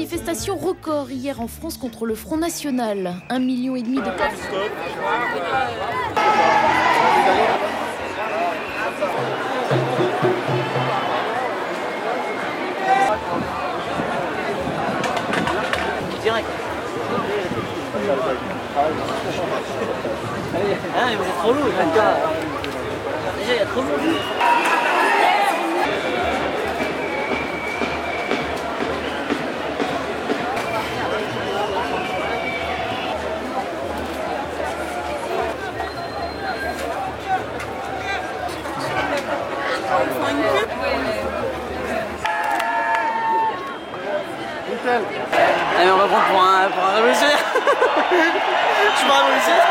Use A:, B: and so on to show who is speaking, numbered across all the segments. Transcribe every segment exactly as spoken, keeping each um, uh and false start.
A: manifestation record hier en France contre le Front National. Un million et demi de personnes.
B: Direct. Ah, mais c'est trop lourd, il déjà, il y a trop de monde. Allez, on va prendre pour un, pour un révolutionnaire. Je suis pas révolutionnaire.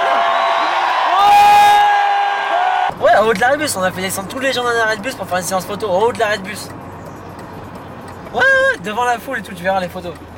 B: Ouais, au haut de l'arrêt de bus, on a fait descendre tous les gens d'un arrêt de bus pour faire une séance photo au haut de l'arrêt de bus. Ouais, ouais, devant la foule et tout, tu verras les photos.